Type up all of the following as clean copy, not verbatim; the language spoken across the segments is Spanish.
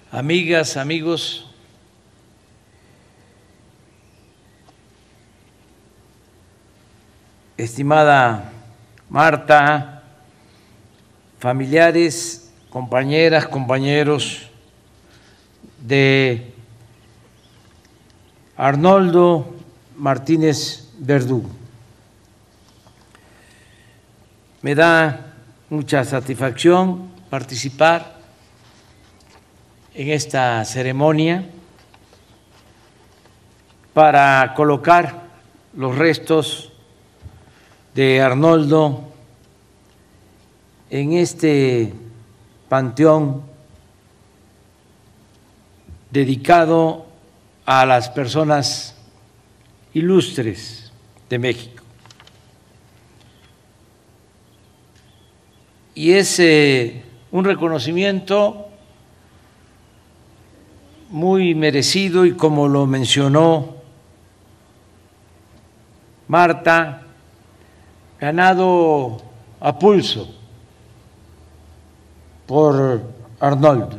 amigas, amigos, estimada Marta, familiares, compañeras, compañeros de Arnoldo Martínez Verdugo. Me da mucha satisfacción participar en esta ceremonia para colocar los restos de Arnoldo en este panteón dedicado a las personas ilustres de México. Y es un reconocimiento muy merecido y, como lo mencionó Marta, ganado a pulso por Arnoldo.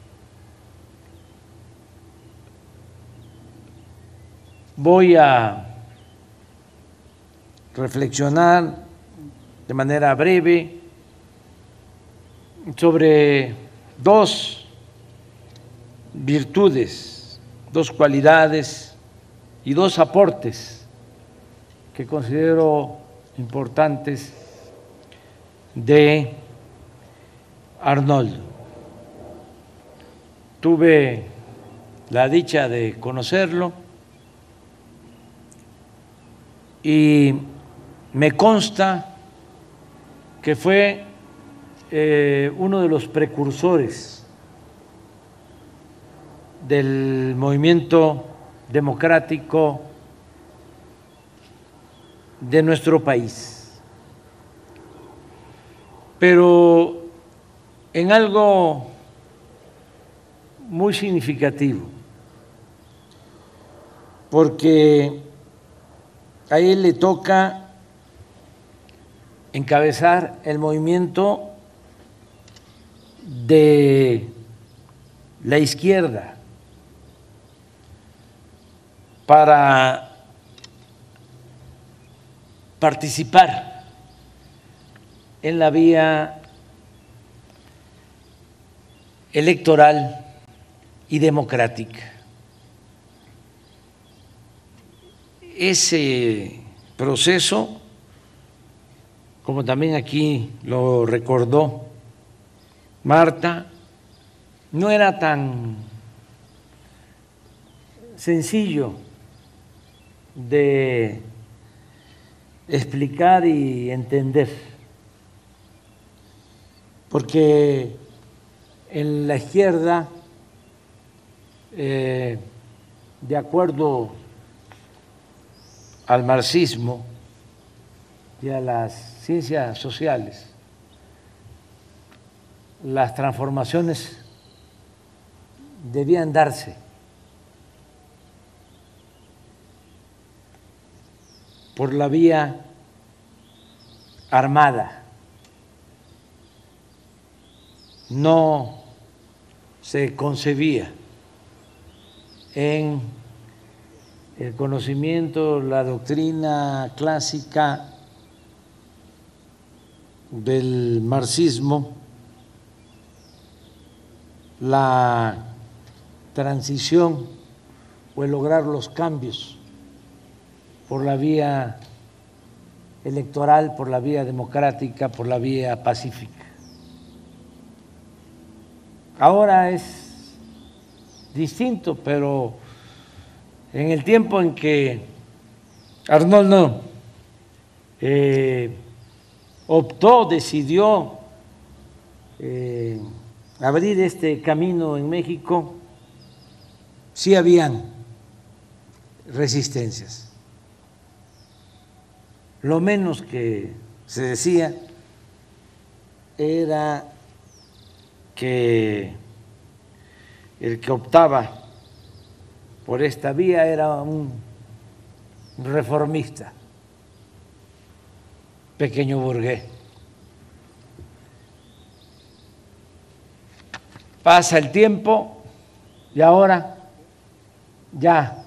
Voy a reflexionar de manera breve sobre dos virtudes, dos cualidades y dos aportes que considero importantes de Arnoldo. Tuve la dicha de conocerlo y me consta que fue uno de los precursores del movimiento democrático de nuestro país, pero en algo muy significativo, porque a él le toca encabezar el movimiento de la izquierda para participar en la vía electoral y democrática. Ese proceso, como también aquí lo recordó Marta, no era tan sencillo de explicar y entender, porque en la izquierda, de acuerdo al marxismo y a las ciencias sociales, las transformaciones debían darse por la vía armada. No se concebía en el conocimiento, la doctrina clásica del marxismo, la transición o el lograr los cambios por la vía electoral, por la vía democrática, por la vía pacífica. Ahora es distinto, pero en el tiempo en que Arnoldo optó, decidió abrir este camino en México, sí habían resistencias. Lo menos que se decía era que el que optaba por esta vía era un reformista, pequeño burgués. Pasa el tiempo Y ahora ya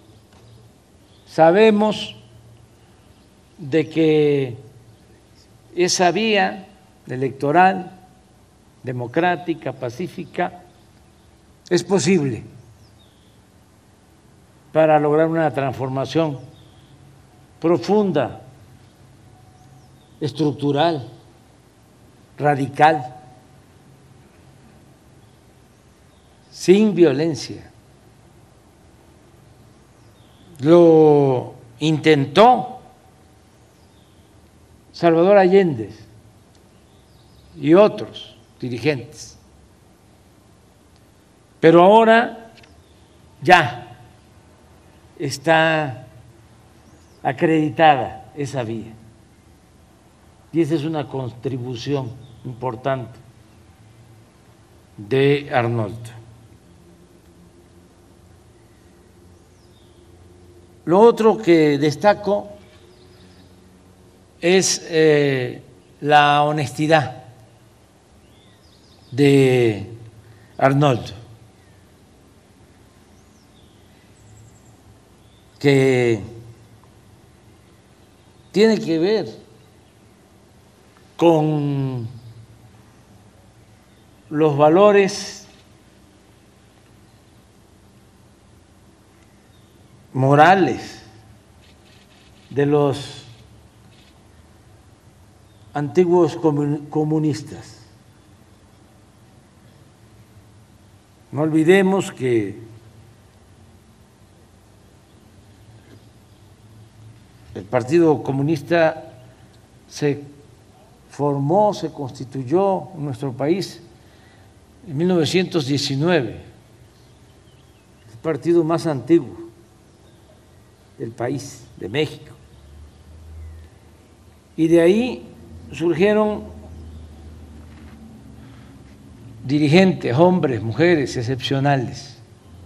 sabemos de que esa vía electoral, democrática, pacífica, es posible para lograr una transformación profunda, estructural, radical, sin violencia. Lo intentó Salvador Allende y otros dirigentes, pero ahora ya está acreditada esa vía y esa es una contribución importante de Arnoldo. Lo otro que destaco es la honestidad de Arnoldo, que tiene que ver con los valores morales de los antiguos comunistas. No olvidemos que el Partido Comunista se formó, se constituyó en nuestro país en 1919, el partido más antiguo del país, de México. Y de ahí surgieron dirigentes, hombres, mujeres excepcionales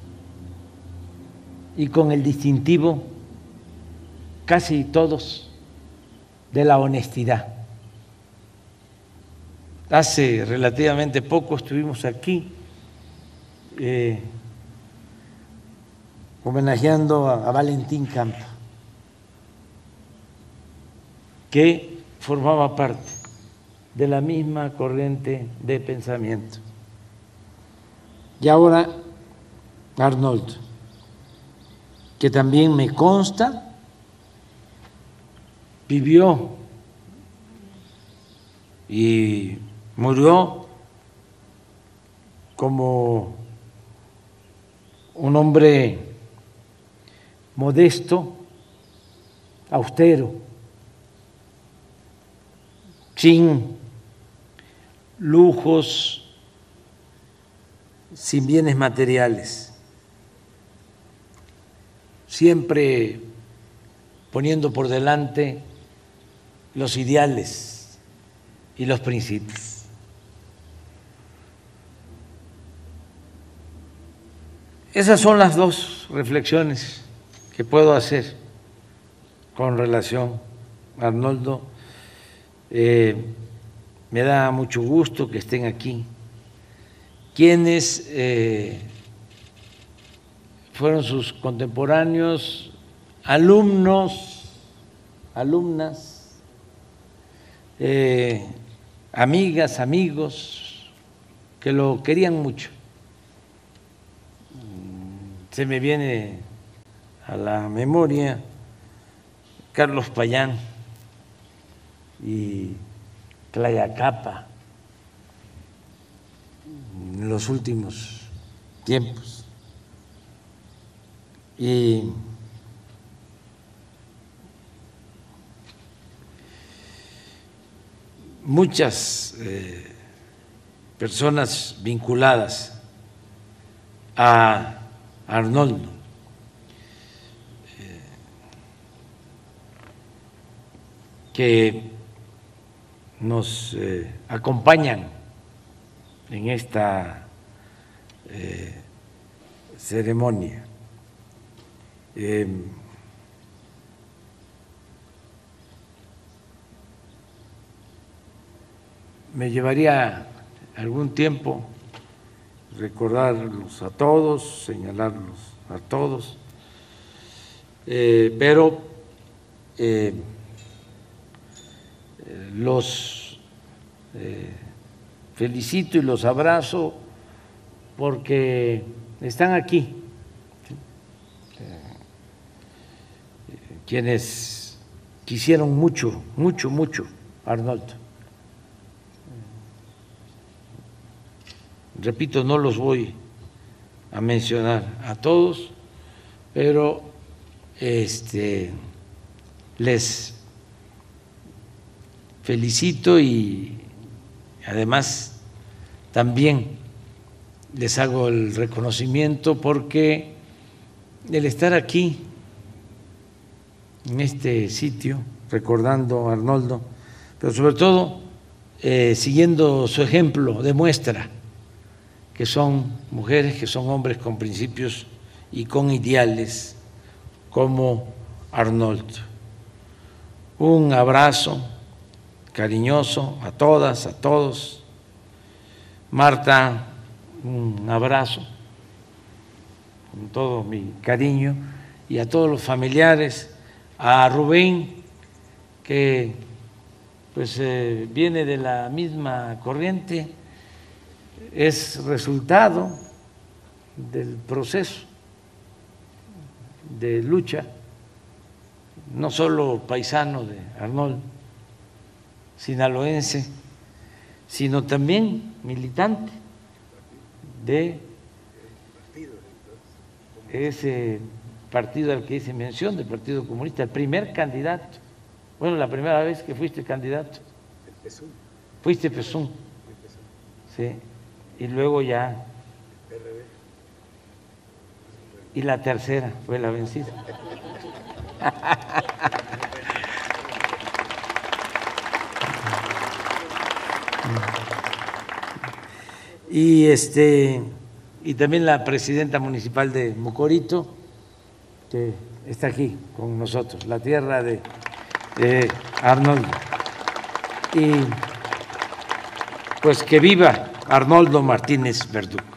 y con el distintivo casi todos de la honestidad. Hace relativamente poco estuvimos aquí homenajeando a Valentín Campa, que formaba parte de la misma corriente de pensamiento. Y ahora Arnoldo, que también me consta, vivió y murió como un hombre modesto, austero, sin lujos, sin bienes materiales, siempre poniendo por delante los ideales y los principios. Esas son las dos reflexiones que puedo hacer con relación a Arnoldo. Me da mucho gusto que estén aquí quienes fueron sus contemporáneos, alumnos, alumnas, amigas, amigos, que lo querían mucho. Se me viene a la memoria Carlos Payán y Tlayacapa en los últimos tiempos. Y muchas personas vinculadas a Arnoldo, que nos acompañan en esta ceremonia. Me llevaría algún tiempo recordarlos a todos, señalarlos a todos, pero los felicito y los abrazo porque están aquí, quienes quisieron mucho, mucho, mucho a Arnoldo. Repito, no los voy a mencionar a todos, pero les felicito y además también les hago el reconocimiento porque el estar aquí en este sitio recordando a Arnoldo, pero sobre todo siguiendo su ejemplo, demuestra que son mujeres, que son hombres con principios y con ideales como Arnoldo. Un abrazo cariñoso a todas, a todos. Marta, un abrazo con todo mi cariño, y a todos los familiares, a Rubén, que pues viene de la misma corriente, es resultado del proceso de lucha, no solo paisano de Arnoldo, sinaloense, sino también militante de ese partido al que hice mención, del Partido Comunista, el primer candidato, bueno, la primera vez que fuiste candidato. Fuiste PESUM. Sí, y luego ya. Y la tercera fue la vencida. Y también la presidenta municipal de Mocorito, que está aquí con nosotros, la tierra de Arnoldo. Y pues que viva Arnoldo Martínez Verdú.